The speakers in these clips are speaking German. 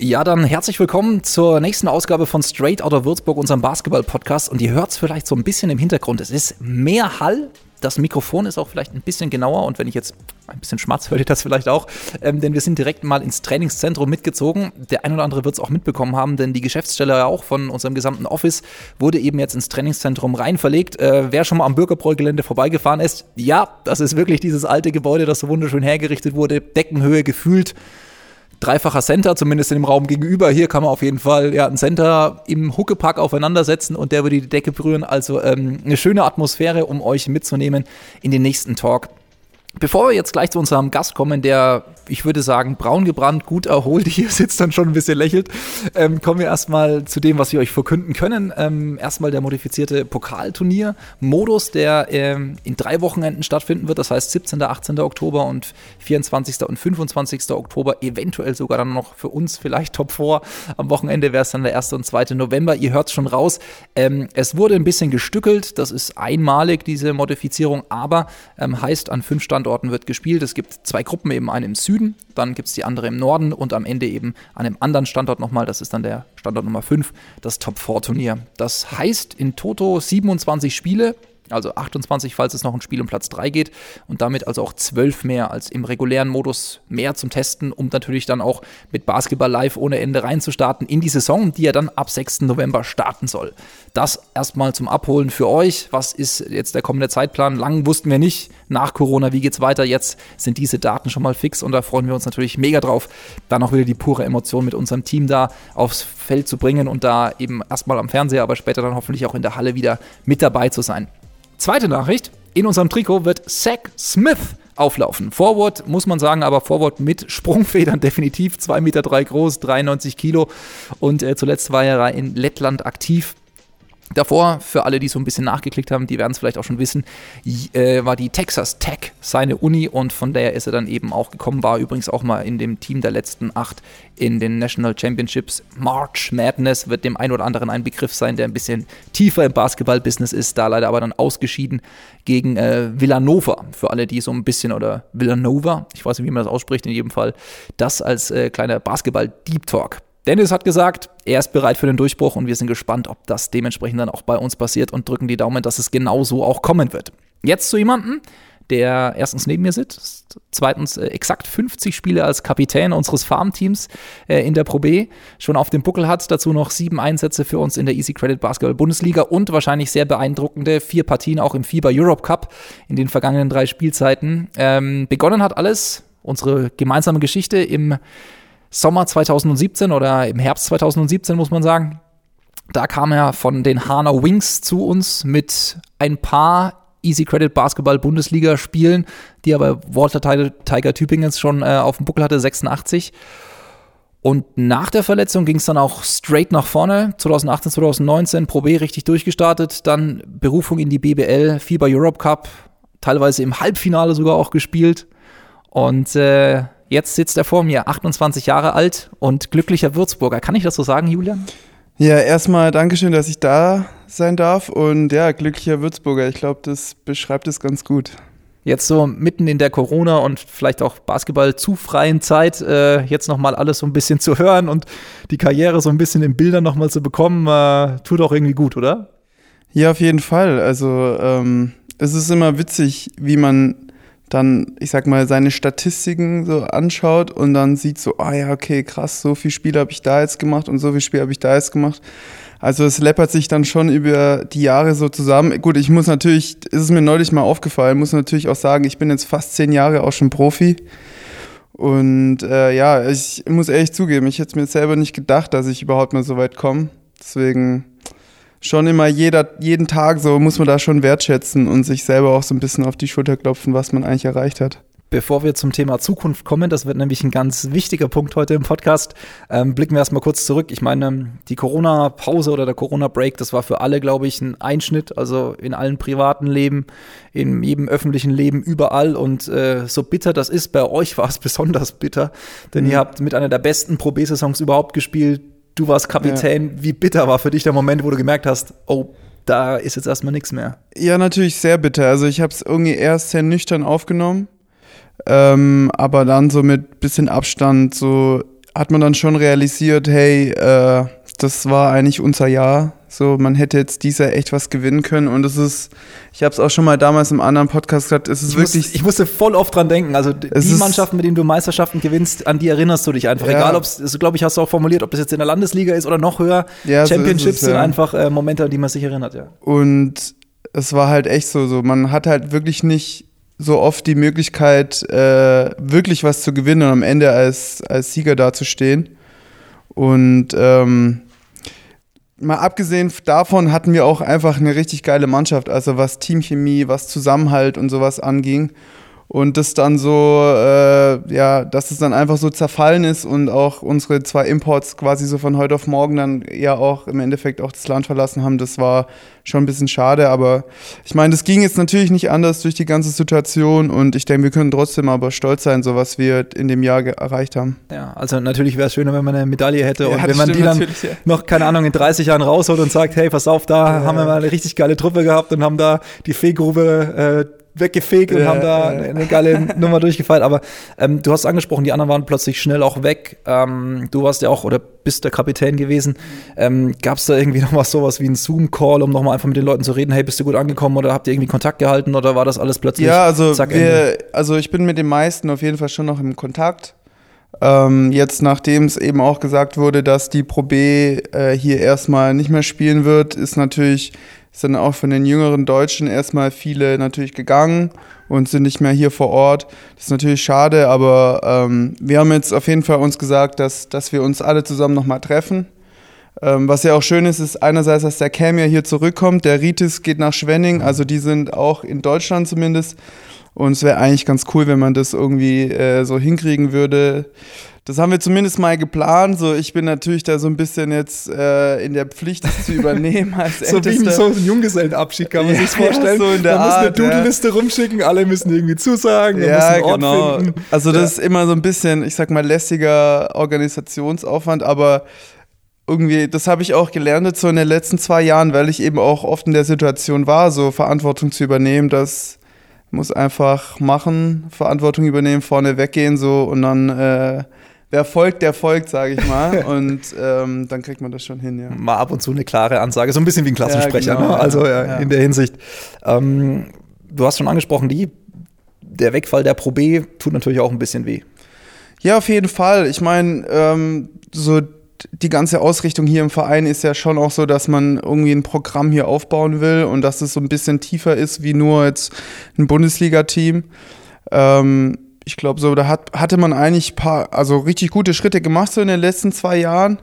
Ja, dann herzlich willkommen zur nächsten Ausgabe von Straight Outta Würzburg, unserem Basketball-Podcast. Und ihr hört es vielleicht so ein bisschen im Hintergrund. Es ist mehr Hall. Das Mikrofon ist auch vielleicht ein bisschen genauer. Und wenn ich jetzt ein bisschen schmatze, hört ihr das vielleicht auch. Denn wir sind direkt mal ins Trainingszentrum mitgezogen. Der ein oder andere wird es auch mitbekommen haben, denn die Geschäftsstelle auch von unserem gesamten Office wurde eben jetzt ins Trainingszentrum rein verlegt. Wer schon mal am Bürgerbräu-Gelände vorbeigefahren ist, ja, das ist wirklich dieses alte Gebäude, das so wunderschön hergerichtet wurde. Deckenhöhe gefühlt. Dreifacher Center, zumindest in dem Raum gegenüber. Hier kann man auf jeden Fall einen Center im Huckepack aufeinandersetzen und der würde die Decke berühren. Also eine schöne Atmosphäre, um euch mitzunehmen in den nächsten Talk. Bevor wir jetzt gleich zu unserem Gast kommen, der, ich würde sagen, braun gebrannt, gut erholt hier sitzt, dann schon ein bisschen lächelt, kommen wir erstmal zu dem, was wir euch verkünden können. Erstmal der modifizierte Pokalturnier-Modus, der in 3 Wochenenden stattfinden wird. Das heißt 17., 18. Oktober und 24. und 25. Oktober. Eventuell sogar dann noch für uns vielleicht Top 4. Am Wochenende wäre es dann der 1. und 2. November. Ihr hört es schon raus. Es wurde ein bisschen gestückelt. Das ist einmalig, diese Modifizierung, aber heißt, an 5 Standorten wird gespielt. Es gibt 2 Gruppen, eben eine im Süden, dann gibt es die andere im Norden und am Ende eben an einem anderen Standort nochmal, das ist dann der Standort Nummer 5, das Top-4-Turnier. Das heißt in Toto 27 Spiele, also 28, falls es noch ein Spiel um Platz 3 geht und damit also auch 12 mehr als im regulären Modus, mehr zum Testen, um natürlich dann auch mit Basketball live ohne Ende reinzustarten in die Saison, die ja dann ab 6. November starten soll. Das erstmal zum Abholen für euch. Was ist jetzt der kommende Zeitplan? Lang wussten wir nicht. Nach Corona, wie geht's weiter? Jetzt sind diese Daten schon mal fix und da freuen wir uns natürlich mega drauf, dann auch wieder die pure Emotion mit unserem Team da aufs Feld zu bringen und da eben erstmal am Fernseher, aber später dann hoffentlich auch in der Halle wieder mit dabei zu sein. Zweite Nachricht, in unserem Trikot wird Zach Smith auflaufen. Forward, muss man sagen, aber Forward mit Sprungfedern definitiv, 2,3 Meter groß, 93 Kilo und zuletzt war er in Lettland aktiv. Davor, für alle, die so ein bisschen nachgeklickt haben, die werden es vielleicht auch schon wissen, war die Texas Tech seine Uni und von der ist er dann eben auch gekommen, war übrigens auch mal in dem Team der letzten 8 in den National Championships. March Madness wird dem einen oder anderen ein Begriff sein, der ein bisschen tiefer im Basketball-Business ist, da leider aber dann ausgeschieden gegen Villanova, für alle, die so ein bisschen, oder Villanova, ich weiß nicht, wie man das ausspricht, in jedem Fall, das als kleiner Basketball-Deep-Talk. Dennis hat gesagt, er ist bereit für den Durchbruch und wir sind gespannt, ob das dementsprechend dann auch bei uns passiert und drücken die Daumen, dass es genau so auch kommen wird. Jetzt zu jemandem, der erstens neben mir sitzt, zweitens exakt 50 Spiele als Kapitän unseres Farmteams in der Pro B schon auf dem Buckel hat, dazu noch 7 Einsätze für uns in der Easy Credit Basketball Bundesliga und wahrscheinlich sehr beeindruckende 4 Partien auch im FIBA Europe Cup in den vergangenen 3 Spielzeiten. Begonnen hat alles, unsere gemeinsame Geschichte im Sommer 2017 oder im Herbst 2017, muss man sagen. Da kam er von den Hanau Wings zu uns mit ein paar Easy Credit Basketball Bundesliga Spielen, die aber Walter Tiger Tübingens schon auf dem Buckel hatte, 86. Und nach der Verletzung ging es dann auch straight nach vorne, 2018, 2019, Pro B richtig durchgestartet, dann Berufung in die BBL, FIBA Europe Cup, teilweise im Halbfinale sogar auch gespielt und jetzt sitzt er vor mir, 28 Jahre alt und glücklicher Würzburger. Kann ich das so sagen, Julian? Ja, erstmal Dankeschön, dass ich da sein darf und ja, glücklicher Würzburger. Ich glaube, das beschreibt es ganz gut. Jetzt so mitten in der Corona- und vielleicht auch Basketball zu freien Zeit, jetzt nochmal alles so ein bisschen zu hören und die Karriere so ein bisschen in Bildern nochmal zu bekommen, tut auch irgendwie gut, oder? Ja, auf jeden Fall. Also es ist immer witzig, wie man dann, ich sag mal, seine Statistiken so anschaut und dann sieht so, ja, okay, krass, so viel Spiele habe ich da jetzt gemacht und so viel Spiele habe ich da jetzt gemacht. Also es läppert sich dann schon über die Jahre so zusammen. Gut, ich muss natürlich, ist es mir neulich mal aufgefallen, muss natürlich auch sagen, ich bin jetzt fast 10 Jahre auch schon Profi. Und ich muss ehrlich zugeben, ich hätte es mir selber nicht gedacht, dass ich überhaupt mal so weit komme. Deswegen schon immer jeden Tag so muss man da schon wertschätzen und sich selber auch so ein bisschen auf die Schulter klopfen, was man eigentlich erreicht hat. Bevor wir zum Thema Zukunft kommen, das wird nämlich ein ganz wichtiger Punkt heute im Podcast, blicken wir erstmal kurz zurück. Ich meine, die Corona-Pause oder der Corona-Break, das war für alle, glaube ich, ein Einschnitt, also in allen privaten Leben, in jedem öffentlichen Leben, überall. Und so bitter das ist, bei euch war es besonders bitter, denn ihr habt mit einer der besten Pro B-Saisons überhaupt gespielt. Du warst Kapitän. Ja. Wie bitter war für dich der Moment, wo du gemerkt hast, oh, da ist jetzt erstmal nichts mehr? Ja, natürlich sehr bitter. Also ich habe es irgendwie erst sehr nüchtern aufgenommen, aber dann so mit bisschen Abstand so hat man dann schon realisiert, hey, das war eigentlich unser Jahr. So, man hätte jetzt dieses Jahr echt was gewinnen können. Und es ist, ich habe es auch schon mal damals im anderen Podcast gesagt, es ist ich musste voll oft dran denken. Also die Mannschaften, mit denen du Meisterschaften gewinnst, an die erinnerst du dich einfach. Ja. Egal, ob es, glaube ich, hast du auch formuliert, ob das jetzt in der Landesliga ist oder noch höher. Ja, Championships so ist es, sind einfach Momente, an die man sich erinnert, ja. Und es war halt echt so, man hat halt wirklich nicht so oft die Möglichkeit, wirklich was zu gewinnen und am Ende als Sieger dazustehen. Und mal abgesehen davon hatten wir auch einfach eine richtig geile Mannschaft, also was Teamchemie, was Zusammenhalt und sowas anging. Und das dann so, dass es dann einfach so zerfallen ist und auch unsere 2 Imports quasi so von heute auf morgen dann ja auch im Endeffekt auch das Land verlassen haben, das war schon ein bisschen schade. Aber ich meine, das ging jetzt natürlich nicht anders durch die ganze Situation und ich denke, wir können trotzdem aber stolz sein, so was wir in dem Jahr erreicht haben. Ja, also natürlich wäre es schöner, wenn man eine Medaille hätte und wenn man die dann noch, keine Ahnung, in 30 Jahren rausholt und sagt, hey, pass auf, da haben wir mal eine richtig geile Truppe gehabt und haben da die Fehlgrube weggefegt und haben da eine geile Nummer durchgefeilt. Aber du hast angesprochen, die anderen waren plötzlich schnell auch weg. Du warst ja auch oder bist der Kapitän gewesen. Gab es da irgendwie noch sowas wie einen Zoom-Call, um nochmal einfach mit den Leuten zu reden? Hey, bist du gut angekommen oder habt ihr irgendwie Kontakt gehalten oder war das alles plötzlich? Ja, also ich bin mit den meisten auf jeden Fall schon noch im Kontakt. Jetzt, nachdem es eben auch gesagt wurde, dass die Pro B hier erstmal nicht mehr spielen wird, sind auch von den jüngeren Deutschen erstmal viele natürlich gegangen und sind nicht mehr hier vor Ort. Das ist natürlich schade, aber wir haben jetzt auf jeden Fall uns gesagt, dass wir uns alle zusammen nochmal treffen. Was ja auch schön ist einerseits, dass der Cam ja hier zurückkommt, der Ritis geht nach Schwenning, also die sind auch in Deutschland zumindest. Und es wäre eigentlich ganz cool, wenn man das irgendwie so hinkriegen würde. Das haben wir zumindest mal geplant. So, ich bin natürlich da so ein bisschen jetzt in der Pflicht, das zu übernehmen als so wie so ein Junggesellenabschied, kann man sich vorstellen. So in der man muss Art, eine Doodle-Liste rumschicken, alle müssen irgendwie zusagen, man muss einen Ort finden. Also das ist immer so ein bisschen, ich sag mal, lästiger Organisationsaufwand, aber irgendwie, das habe ich auch gelernt so in den letzten 2 Jahren, weil ich eben auch oft in der Situation war, so Verantwortung zu übernehmen, das muss einfach machen, Verantwortung übernehmen, vorne weggehen so und dann wer folgt, der folgt, sage ich mal. Und dann kriegt man das schon hin, ja. Mal ab und zu eine klare Ansage, so ein bisschen wie ein Klassensprecher, ja, genau, ne? Also in der Hinsicht. Du hast schon angesprochen, der Wegfall der Pro B tut natürlich auch ein bisschen weh. Ja, auf jeden Fall. Ich meine, so die ganze Ausrichtung hier im Verein ist ja schon auch so, dass man irgendwie ein Programm hier aufbauen will und dass es so ein bisschen tiefer ist wie nur jetzt ein Bundesliga-Team. Ich glaube, so da hatte man eigentlich richtig gute Schritte gemacht so in den letzten 2 Jahren.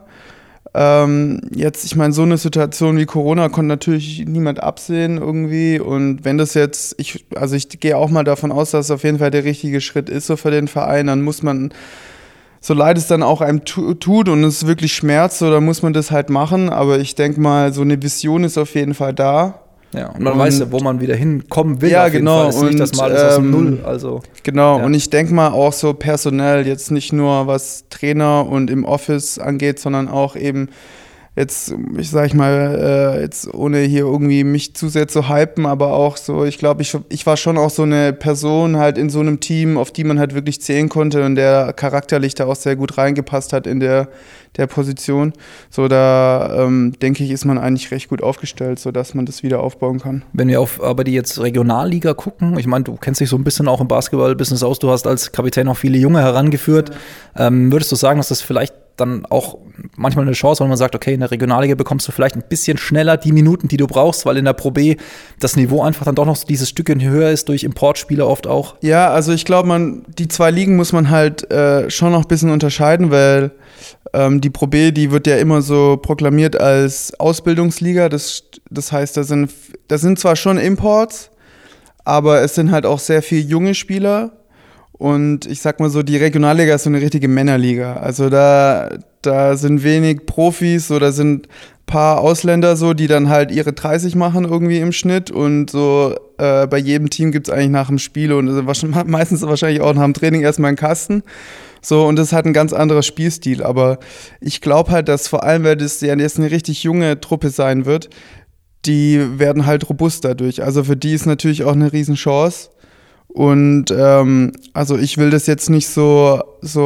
Jetzt, ich meine, so eine Situation wie Corona konnte natürlich niemand absehen irgendwie und wenn das jetzt, ich gehe auch mal davon aus, dass es auf jeden Fall der richtige Schritt ist so für den Verein, dann muss man, so leid es dann auch einem tut und es wirklich schmerzt, so, dann muss man das halt machen, aber ich denke mal, so eine Vision ist auf jeden Fall da. Ja, und man weiß ja, wo man wieder hinkommen will. Ja, genau. Das ist nicht das Mal ist aus dem Null. Also, genau, ja. Und ich denke mal auch so personell, jetzt nicht nur was Trainer und im Office angeht, sondern auch eben jetzt, ich sag mal, jetzt ohne hier irgendwie mich zu sehr zu hypen, aber auch so, ich glaube, ich war schon auch so eine Person halt in so einem Team, auf die man halt wirklich zählen konnte und der charakterlich da auch sehr gut reingepasst hat in der Position. So, da denke ich, ist man eigentlich recht gut aufgestellt, sodass man das wieder aufbauen kann. Wenn wir auf aber die jetzt Regionalliga gucken, ich meine, du kennst dich so ein bisschen auch im Basketball-Business aus, du hast als Kapitän auch viele Junge herangeführt. Ja. Würdest du sagen, dass das vielleicht dann auch manchmal eine Chance, wenn man sagt, okay, in der Regionalliga bekommst du vielleicht ein bisschen schneller die Minuten, die du brauchst, weil in der Pro B das Niveau einfach dann doch noch dieses Stückchen höher ist, durch Importspieler oft auch? Ja, also ich glaube, die 2 Ligen muss man halt schon noch ein bisschen unterscheiden, weil die Pro B, die wird ja immer so proklamiert als Ausbildungsliga. Das heißt, da sind zwar schon Imports, aber es sind halt auch sehr viele junge Spieler. Und ich sag mal so, die Regionalliga ist so eine richtige Männerliga. Also da sind wenig Profis, so da sind ein paar Ausländer so, die dann halt ihre 30 machen irgendwie im Schnitt und so bei jedem Team gibt's eigentlich nach dem Spiel und meistens wahrscheinlich auch nach dem Training erstmal einen Kasten. So, und das ist halt ein ganz anderer Spielstil. Aber ich glaube halt, dass vor allem, weil das ja jetzt eine richtig junge Truppe sein wird, die werden halt robust dadurch. Also für die ist natürlich auch eine Riesenchance. Und also ich will das jetzt nicht so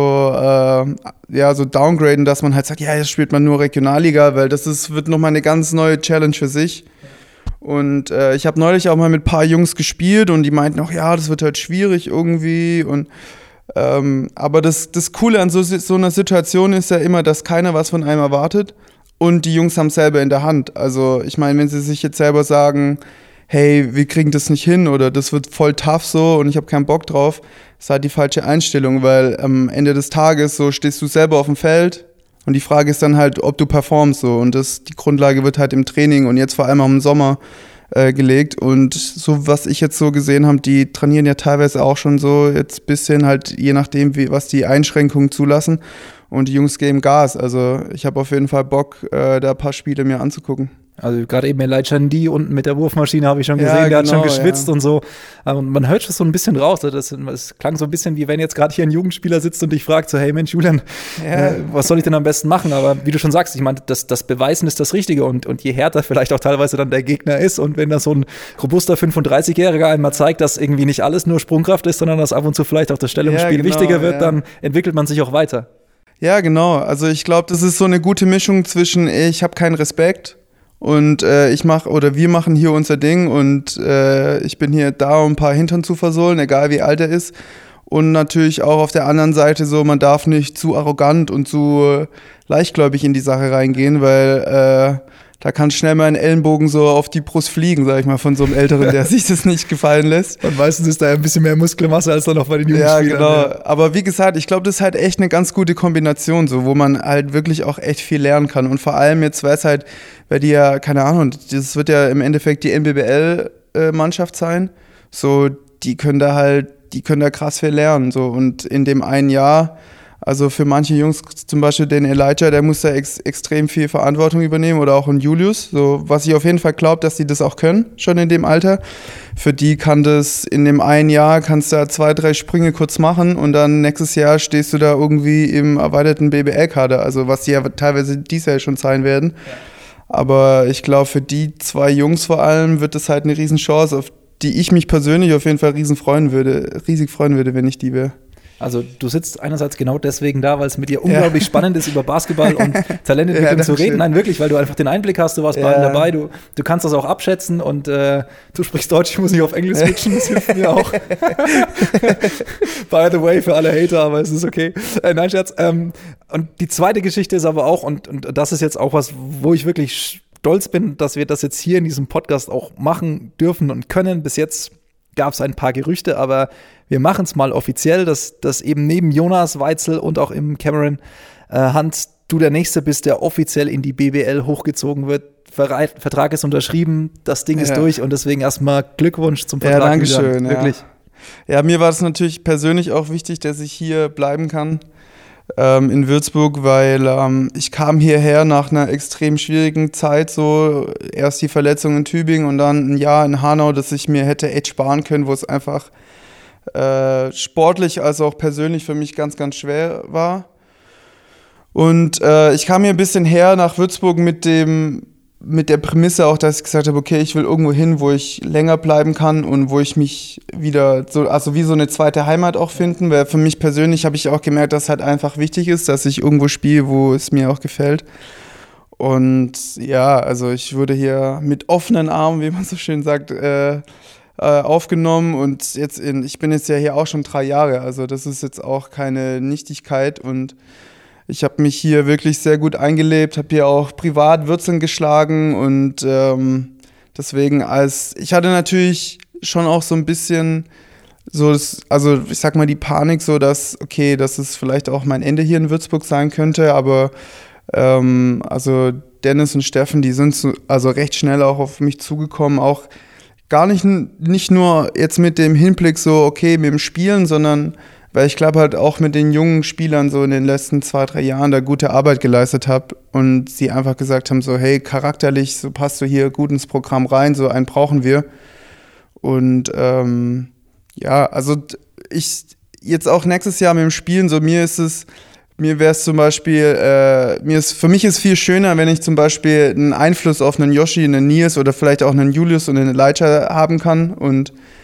downgraden, dass man halt sagt, ja, jetzt spielt man nur Regionalliga, weil wird nochmal eine ganz neue Challenge für sich. Und ich habe neulich auch mal mit ein paar Jungs gespielt und die meinten auch, ja, das wird halt schwierig irgendwie. Und aber das Coole an so einer Situation ist ja immer, dass keiner was von einem erwartet und die Jungs haben es selber in der Hand. Also ich meine, wenn sie sich jetzt selber sagen, hey, wir kriegen das nicht hin oder das wird voll tough so und ich habe keinen Bock drauf, ist halt die falsche Einstellung, weil am Ende des Tages so stehst du selber auf dem Feld und die Frage ist dann halt, ob du performst so und die Grundlage wird halt im Training und jetzt vor allem auch im Sommer gelegt und so, was ich jetzt so gesehen habe, die trainieren ja teilweise auch schon so jetzt ein bisschen halt, je nachdem, was die Einschränkungen zulassen und die Jungs geben Gas, also ich habe auf jeden Fall Bock, da ein paar Spiele mir anzugucken. Also gerade eben Elijah Ndie unten mit der Wurfmaschine habe ich schon gesehen, der hat schon geschwitzt und so. Und man hört schon so ein bisschen raus. Das klang so ein bisschen wie wenn jetzt gerade hier ein Jugendspieler sitzt und dich fragt, so hey Mensch Julian, was soll ich denn am besten machen? Aber wie du schon sagst, ich meine, das Beweisen ist das Richtige und je härter vielleicht auch teilweise dann der Gegner ist und wenn da so ein robuster 35-Jähriger einmal zeigt, dass irgendwie nicht alles nur Sprungkraft ist, sondern dass ab und zu vielleicht auch das Stellungsspiel wichtiger wird, dann entwickelt man sich auch weiter. Ja, genau. Also ich glaube, das ist so eine gute Mischung zwischen ich habe keinen Respekt und wir machen hier unser Ding und ich bin hier da, um ein paar Hintern zu versohlen, egal wie alt er ist. Und natürlich auch auf der anderen Seite so, man darf nicht zu arrogant und zu leichtgläubig in die Sache reingehen, weil da kann schnell mal ein Ellenbogen so auf die Brust fliegen, sag ich mal, von so einem Älteren, der sich das nicht gefallen lässt. Und meistens ist da ja ein bisschen mehr Muskelmasse als dann noch bei den Jugendspielern. Ja, genau. Ja. Aber wie gesagt, ich glaube, das ist halt echt eine ganz gute Kombination, so, wo man halt wirklich auch echt viel lernen kann. Und vor allem jetzt, weil es halt, weil die ja, keine Ahnung, das wird ja im Endeffekt die NBBL-Mannschaft sein, so, die können da krass viel lernen, so. Und in dem einen Jahr, also für manche Jungs, zum Beispiel den Elijah, der muss da extrem viel Verantwortung übernehmen oder auch ein Julius, so, was ich auf jeden Fall glaube, dass die das auch können, schon in dem Alter. Für die kann das in dem einen Jahr, kannst du da 2, 3 Sprünge kurz machen und dann nächstes Jahr stehst du da irgendwie im erweiterten BBL-Kader, also was die ja teilweise dieses Jahr schon sein werden. Ja. Aber ich glaube, für die 2 Jungs vor allem wird das halt eine Riesenchance, auf die ich mich persönlich auf jeden Fall riesig freuen würde, wenn ich die wäre. Also du sitzt einerseits genau deswegen da, weil es mit dir unglaublich spannend ist, über Basketball und Talententwicklung zu reden. Nein, wirklich, weil du einfach den Einblick hast, du warst bei allen dabei, du kannst das auch abschätzen und du sprichst Deutsch, ich muss nicht auf Englisch switchen, das hilft mir auch. By the way, für alle Hater, aber es ist okay. Nein, Scherz. Und die zweite Geschichte ist aber auch, und das ist jetzt auch was, wo ich wirklich stolz bin, dass wir das jetzt hier in diesem Podcast auch machen dürfen und können. Bis jetzt gab es ein paar Gerüchte, aber wir machen es mal offiziell, dass eben neben Jonas Weitzel und auch im Cameron Hunt du der Nächste bist, der offiziell in die BBL hochgezogen wird. Vertrag ist unterschrieben, das Ding ist durch und deswegen erstmal Glückwunsch zum Vertrag. Ja, Dankeschön. Wirklich. Ja, mir war es natürlich persönlich auch wichtig, dass ich hier bleiben kann in Würzburg, weil ich kam hierher nach einer extrem schwierigen Zeit, so erst die Verletzung in Tübingen und dann ein Jahr in Hanau, das ich mir hätte echt sparen können, wo es einfach sportlich als auch persönlich für mich ganz, ganz schwer war. Und ich kam hier ein bisschen her nach Würzburg mit der Prämisse auch, dass ich gesagt habe, okay, ich will irgendwo hin, wo ich länger bleiben kann und wo ich mich wieder also wie so eine zweite Heimat auch finden, weil für mich persönlich habe ich auch gemerkt, dass es halt einfach wichtig ist, dass ich irgendwo spiele, wo es mir auch gefällt. Und ja, also ich wurde hier mit offenen Armen, wie man so schön sagt, aufgenommen und ich bin jetzt ja hier auch schon 3 Jahre, also das ist jetzt auch keine Nichtigkeit und ich habe mich hier wirklich sehr gut eingelebt, habe hier auch privat Wurzeln geschlagen und deswegen ich hatte natürlich schon auch so ein bisschen so, also ich sag mal die Panik so, dass es vielleicht auch mein Ende hier in Würzburg sein könnte, aber also Dennis und Steffen, die sind also recht schnell auch auf mich zugekommen, auch gar nicht nur jetzt mit dem Hinblick so, okay, mit dem Spielen, sondern weil ich glaube halt auch mit den jungen Spielern so in den letzten 2, 3 Jahren da gute Arbeit geleistet habe und sie einfach gesagt haben so, hey, charakterlich, so passt du hier gut ins Programm rein, so einen brauchen wir. Und ja, also ich jetzt auch nächstes Jahr mit dem Spielen, so mir wäre es zum Beispiel, für mich ist viel schöner, wenn ich zum Beispiel einen Einfluss auf einen Yoshi, einen Nils oder vielleicht auch einen Julius und einen Elijah haben kann und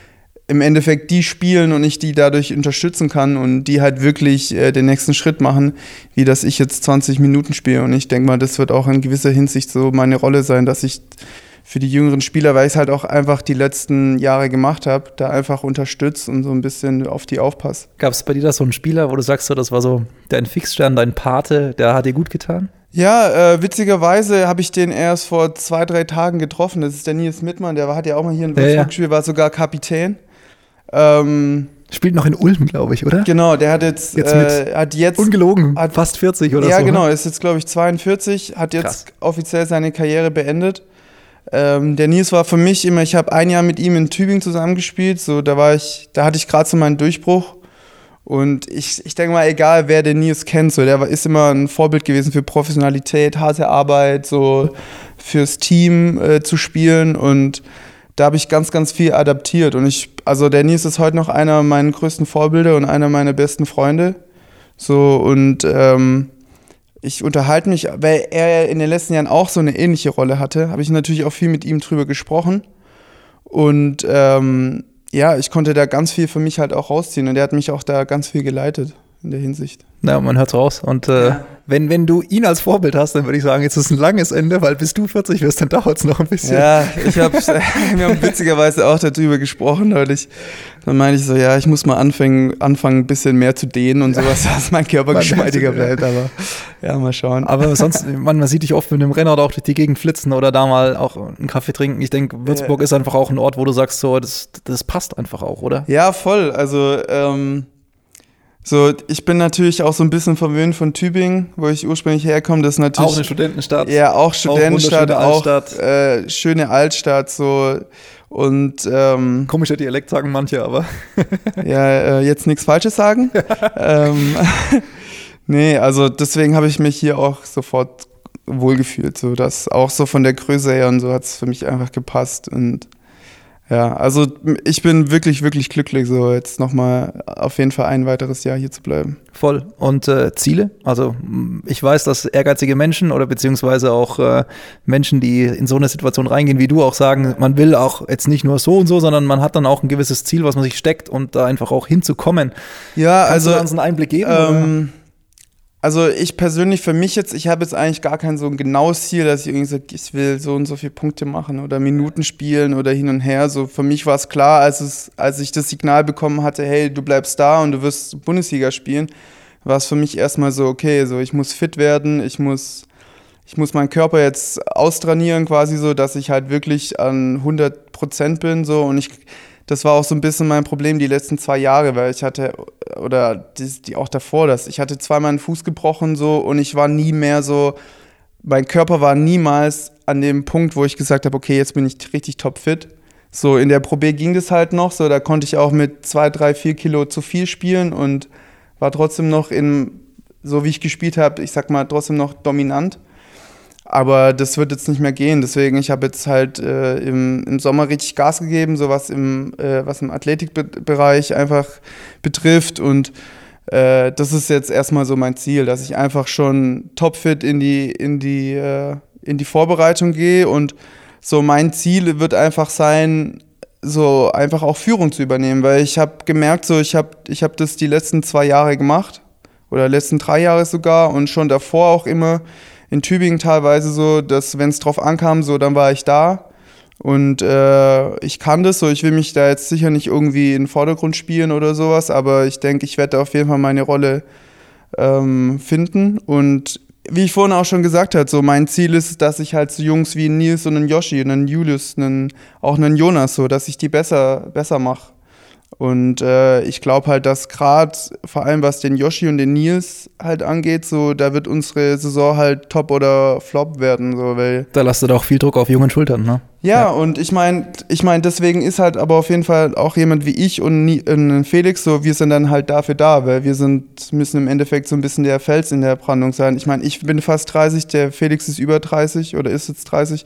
im Endeffekt die spielen und ich die dadurch unterstützen kann und die halt wirklich den nächsten Schritt machen, wie dass ich jetzt 20 Minuten spiele. Und ich denke mal, das wird auch in gewisser Hinsicht so meine Rolle sein, dass ich für die jüngeren Spieler, weil ich es halt auch einfach die letzten Jahre gemacht habe, da einfach unterstütze und so ein bisschen auf die aufpasse. Gab es bei dir da so einen Spieler, wo du sagst, so, das war so dein Fixstern, dein Pate, der hat dir gut getan? Ja, witzigerweise habe ich den erst vor 2-3 Tagen getroffen. Das ist der Nils Mittmann, hat ja auch mal hier in Würzburg gespielt, war sogar Kapitän. Spielt noch in Ulm, glaube ich, oder? Genau, der hat jetzt ungelogen, fast 40 oder so. Ja, genau, ist jetzt, glaube ich, 42, hat jetzt Krass. Offiziell seine Karriere beendet. Der Nils war für mich immer, ich habe ein Jahr mit ihm in Tübingen zusammengespielt, so da hatte ich gerade so meinen Durchbruch. Und ich denke mal, egal wer den Nils kennt, so, der ist immer ein Vorbild gewesen für Professionalität, harte Arbeit, so fürs Team zu spielen. Und da habe ich ganz, ganz viel adaptiert. Und der Nils ist heute noch einer meiner größten Vorbilder und einer meiner besten Freunde. So, und ich unterhalte mich, weil er in den letzten Jahren auch so eine ähnliche Rolle hatte, habe ich natürlich auch viel mit ihm drüber gesprochen. Und ich konnte da ganz viel für mich halt auch rausziehen. Und er hat mich auch da ganz viel geleitet in der Hinsicht. Ja, man hört's raus. Und wenn du ihn als Vorbild hast, dann würde ich sagen, jetzt ist ein langes Ende, weil bis du 40 wirst, dann dauert es noch ein bisschen. Ja, wir haben witzigerweise auch darüber gesprochen neulich. Dann meinte ich so, ja, ich muss mal anfangen, ein bisschen mehr zu dehnen und sowas, dass mein Körper geschmeidiger bleibt. Aber ja, mal schauen. Aber sonst, man sieht dich oft mit dem Rennrad auch durch die Gegend flitzen oder da mal auch einen Kaffee trinken. Ich denke, Würzburg ist einfach auch ein Ort, wo du sagst, so, das passt einfach auch, oder? Ja, voll. Also, ich bin natürlich auch so ein bisschen verwöhnt von Tübingen, wo ich ursprünglich herkomme. Das ist natürlich auch eine Studentenstadt. Ja, auch Studentenstadt, auch schöne Altstadt, so. Und komischer Dialekt sagen manche, aber ja, jetzt nichts Falsches sagen. Nee, also deswegen habe ich mich hier auch sofort wohlgefühlt. So, das auch so von der Größe her und so hat es für mich einfach gepasst. Und ja, also ich bin wirklich, wirklich glücklich, so jetzt nochmal auf jeden Fall ein weiteres Jahr hier zu bleiben. Voll. Und Ziele? Also ich weiß, dass ehrgeizige Menschen oder beziehungsweise auch Menschen, die in so eine Situation reingehen, wie du auch sagen, man will auch jetzt nicht nur so und so, sondern man hat dann auch ein gewisses Ziel, was man sich steckt und da einfach auch hinzukommen. Ja, Kannst du uns einen Einblick geben? Also ich persönlich für mich jetzt, ich habe jetzt eigentlich gar kein so ein genaues Ziel, dass ich irgendwie sage, ich will so und so viele Punkte machen oder Minuten spielen oder hin und her. So für mich war es klar, als ich das Signal bekommen hatte, hey, du bleibst da und du wirst Bundesliga spielen, war es für mich erstmal so, okay, so ich muss fit werden, ich muss meinen Körper jetzt austrainieren quasi so, dass ich halt wirklich an 100% bin so und das war auch so ein bisschen mein Problem die letzten 2 Jahre, weil ich hatte, oder die auch davor, ich hatte zweimal einen Fuß gebrochen so und ich war nie mehr so, mein Körper war niemals an dem Punkt, wo ich gesagt habe, okay, jetzt bin ich richtig topfit. So in der Pro B ging das halt noch, so da konnte ich auch mit 2, 3, 4 Kilo zu viel spielen und war trotzdem noch so wie ich gespielt habe, ich sag mal, trotzdem noch dominant. Aber das wird jetzt nicht mehr gehen, deswegen, ich habe jetzt halt im Sommer richtig Gas gegeben, so was im Athletikbereich einfach betrifft und das ist jetzt erstmal so mein Ziel, dass ich einfach schon topfit in die Vorbereitung gehe und so mein Ziel wird einfach sein, so einfach auch Führung zu übernehmen, weil ich habe gemerkt, so ich hab das die letzten 2 Jahre gemacht oder letzten 3 Jahre sogar und schon davor auch immer in Tübingen teilweise so, dass wenn es drauf ankam, so dann war ich da und ich kann das so, ich will mich da jetzt sicher nicht irgendwie in den Vordergrund spielen oder sowas, aber ich denke, ich werde auf jeden Fall meine Rolle finden und wie ich vorhin auch schon gesagt habe, so mein Ziel ist, dass ich halt so Jungs wie einen Nils und einen Yoshi und einen Julius, auch einen Jonas, so, dass ich die besser mache. Und ich glaube halt, dass gerade vor allem was den Yoshi und den Nils halt angeht, so da wird unsere Saison halt top oder flop werden, so, weil da lastet auch viel Druck auf jungen Schultern, ne? Ja, und ich mein, deswegen ist halt aber auf jeden Fall auch jemand wie ich und Felix, so wir sind dann halt dafür da, weil müssen im Endeffekt so ein bisschen der Fels in der Brandung sein. Ich meine, ich bin fast 30, der Felix ist über 30 oder ist jetzt 30.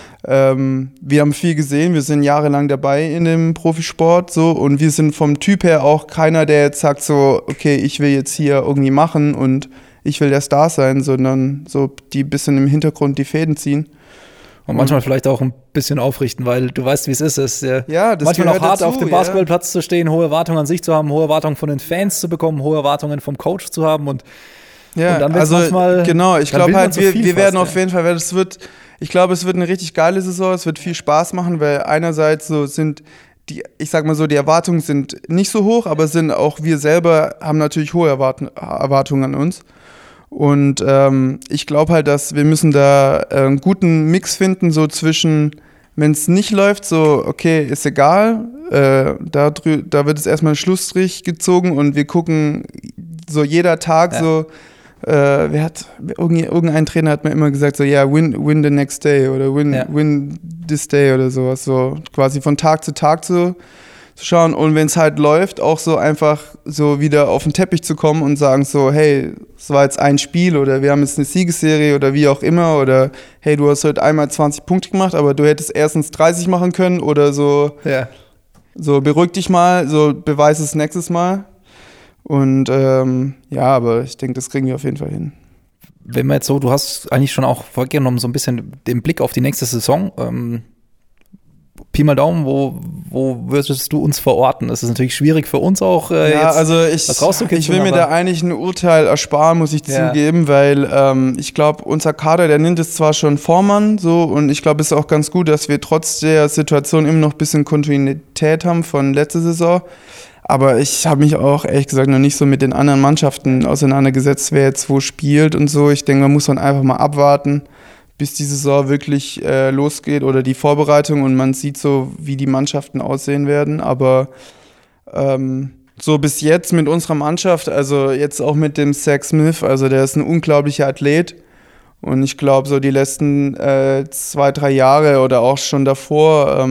Wir haben viel gesehen, wir sind jahrelang dabei in dem Profisport so und wir sind vom Typ her auch keiner, der jetzt sagt so, okay, ich will jetzt hier irgendwie machen und ich will der Star sein, sondern so die bisschen im Hintergrund die Fäden ziehen. Und manchmal vielleicht auch ein bisschen aufrichten, weil du weißt, wie es ist. Es ist das manchmal auch hart, dazu, auf dem Basketballplatz zu stehen, hohe Erwartungen an sich zu haben, hohe Erwartungen von den Fans zu bekommen, hohe Erwartungen vom Coach zu haben und dann also manchmal, genau, ich glaube halt, wir werden fast, auf jeden Fall, weil ich glaube, es wird eine richtig geile Saison, es wird viel Spaß machen, weil einerseits so sind ich sag mal so, die Erwartungen sind nicht so hoch, aber sind auch wir selber haben natürlich hohe Erwartungen an uns. Und ich glaube halt, dass wir müssen da einen guten Mix finden, so zwischen, wenn es nicht läuft, so, okay, ist egal, da wird es erstmal ein Schlussstrich gezogen und wir gucken so jeder Tag so, irgendein Trainer hat mir immer gesagt, so, ja, win the next day oder win this day oder sowas, so quasi von Tag zu Tag zu schauen und wenn es halt läuft, auch so einfach so wieder auf den Teppich zu kommen und sagen so, hey, es war jetzt ein Spiel oder wir haben jetzt eine Siegesserie oder wie auch immer oder hey, du hast heute einmal 20 Punkte gemacht, aber du hättest erstens 30 machen können oder so, so beruhig dich mal, so beweis es nächstes Mal. Und aber ich denke, das kriegen wir auf jeden Fall hin. Wenn man jetzt so, du hast eigentlich schon auch vorgenommen, so ein bisschen den Blick auf die nächste Saison. Pi mal Daumen, wo würdest du uns verorten? Das ist natürlich schwierig für uns auch was rauszukitzeln. Ich will mir da eigentlich ein Urteil ersparen, muss ich zugeben, weil ich glaube, unser Kader, der nimmt es zwar schon Vormann so und ich glaube, es ist auch ganz gut, dass wir trotz der Situation immer noch ein bisschen Kontinuität haben von letzter Saison. Aber ich habe mich auch, ehrlich gesagt, noch nicht so mit den anderen Mannschaften auseinandergesetzt, wer jetzt wo spielt und so. Ich denke, man muss dann einfach mal abwarten, bis die Saison wirklich losgeht oder die Vorbereitung und man sieht so, wie die Mannschaften aussehen werden. Aber so bis jetzt mit unserer Mannschaft, also jetzt auch mit dem Zach Smith, also der ist ein unglaublicher Athlet. Und ich glaube, so die letzten 2-3 Jahre oder auch schon davor,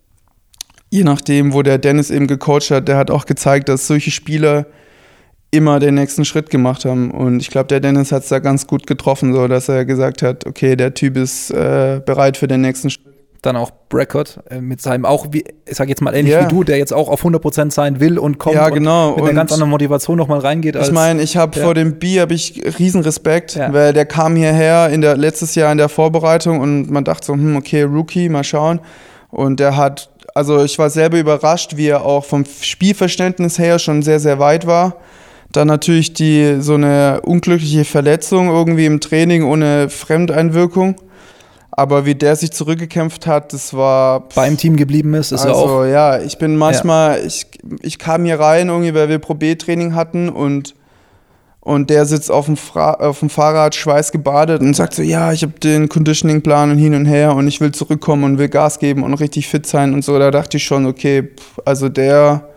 je nachdem, wo der Dennis eben gecoacht hat, der hat auch gezeigt, dass solche Spieler immer den nächsten Schritt gemacht haben. Und ich glaube, der Dennis hat es da ganz gut getroffen, so dass er gesagt hat, okay, der Typ ist bereit für den nächsten Schritt. Dann auch Brackott mit seinem, auch wie, ich sag jetzt mal ähnlich wie du, der jetzt auch auf 100% sein will und kommt und mit einer ganz anderen Motivation nochmal reingeht. Ich meine, ich habe vor dem B riesen Respekt, weil der kam hierher letztes Jahr in der Vorbereitung und man dachte so, okay, Rookie, mal schauen. Und der hat, also ich war selber überrascht, wie er auch vom Spielverständnis her schon sehr, sehr weit war. Dann natürlich so eine unglückliche Verletzung irgendwie im Training ohne Fremdeinwirkung. Aber wie der sich zurückgekämpft hat, das war... Beim Team geblieben ist also, auch... ja, ich bin manchmal... Ich kam hier rein, irgendwie, weil wir Pro-B-Training hatten und der sitzt auf dem Fahrrad, schweißgebadet und sagt so, ja, ich habe den Conditioning-Plan und hin und her und ich will zurückkommen und will Gas geben und richtig fit sein und so. Da dachte ich schon, okay, also der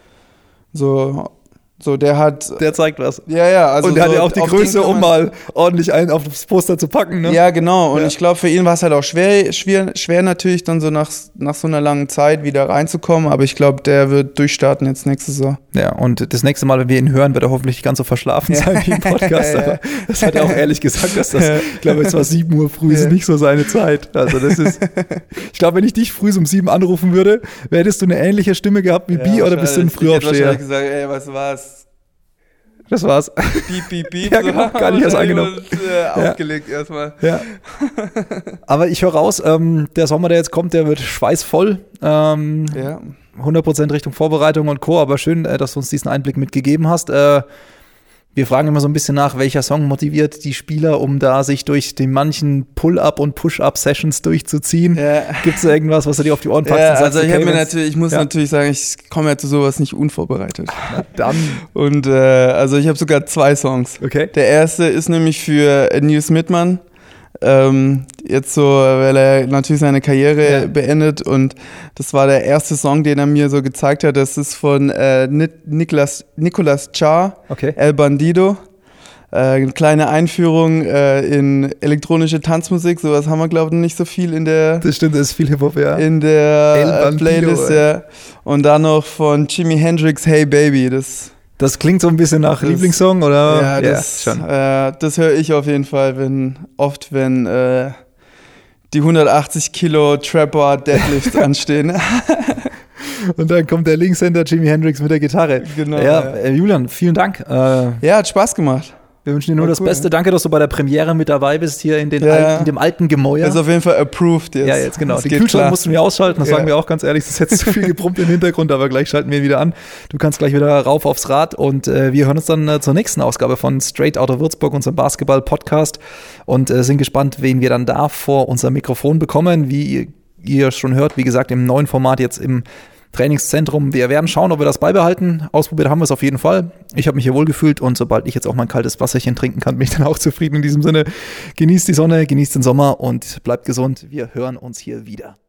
zeigt was. Ja, also und der hat ja auch die Größe, um mal ordentlich einen auf das Poster zu packen, ne? Ja, genau. Und ich glaube, für ihn war es halt auch schwer natürlich, dann so nach so einer langen Zeit wieder reinzukommen. Aber ich glaube, der wird durchstarten jetzt nächste Saison. Ja, und das nächste Mal, wenn wir ihn hören, wird er hoffentlich nicht ganz so verschlafen sein wie im Podcast. Aber das hat er auch ehrlich gesagt, dass das, ich glaube, es war 7 Uhr früh, ist nicht so seine Zeit. Also das ist, ich glaube, wenn ich dich früh um 7 anrufen würde, hättest du eine ähnliche Stimme gehabt wie Bi oder bist du ein Frühaufsteher? Ich hätte gesagt, ey, was war's? Das war's. Piep. Ja, genau, gar nicht erst angenommen. Und, aufgelegt erstmal. Ja. Aber ich höre raus, der Sommer, der jetzt kommt, der wird schweißvoll. 100% Richtung Vorbereitung und Co. Aber schön, dass du uns diesen Einblick mitgegeben hast. Wir fragen immer so ein bisschen nach, welcher Song motiviert die Spieler, um da sich durch die manchen Pull-Up- und Push-Up-Sessions durchzuziehen. Ja. Gibt es da irgendwas, was du dir auf die Ohren packst? Ja, also ich muss natürlich sagen, ich komme ja zu sowas nicht unvorbereitet. Na dann. Und also ich habe sogar 2 Songs. Okay. Der erste ist nämlich für Nils Mittmann. Jetzt so, weil er natürlich seine Karriere beendet und das war der erste Song, den er mir so gezeigt hat. Das ist von Nicolas Char, El Bandido. Eine kleine Einführung in elektronische Tanzmusik, sowas haben wir, glaube ich, nicht so viel in der... Das stimmt, das ist viel Hip-Hop, ja. In der Playlist, ja. Und dann noch von Jimi Hendrix, Hey Baby, Das klingt so ein bisschen nach Lieblingssong, oder? Ja, das höre ich auf jeden Fall, wenn die 180 Kilo Trapper Deadlifts anstehen. Und dann kommt der Linkshänder Jimi Hendrix mit der Gitarre. Genau. Ja. Julian, vielen Dank. Ja, hat Spaß gemacht. Wir wünschen dir nur das Beste. Danke, dass du bei der Premiere mit dabei bist, hier in dem alten Gemäuer. Das ist auf jeden Fall approved jetzt. Ja, jetzt genau. Den Kühlschrank mussten wir ausschalten, das sagen wir auch ganz ehrlich. Das ist jetzt zu viel gebrummt im Hintergrund, aber gleich schalten wir ihn wieder an. Du kannst gleich wieder rauf aufs Rad und wir hören uns dann zur nächsten Ausgabe von Straight Outta Würzburg, unserem Basketball-Podcast, und sind gespannt, wen wir dann da vor unser Mikrofon bekommen. Wie ihr schon hört, wie gesagt, im neuen Format jetzt im Trainingszentrum. Wir werden schauen, ob wir das beibehalten. Ausprobiert haben wir es auf jeden Fall. Ich habe mich hier wohl gefühlt und sobald ich jetzt auch mein kaltes Wasserchen trinken kann, bin ich dann auch zufrieden. In diesem Sinne, genießt die Sonne, genießt den Sommer und bleibt gesund. Wir hören uns hier wieder.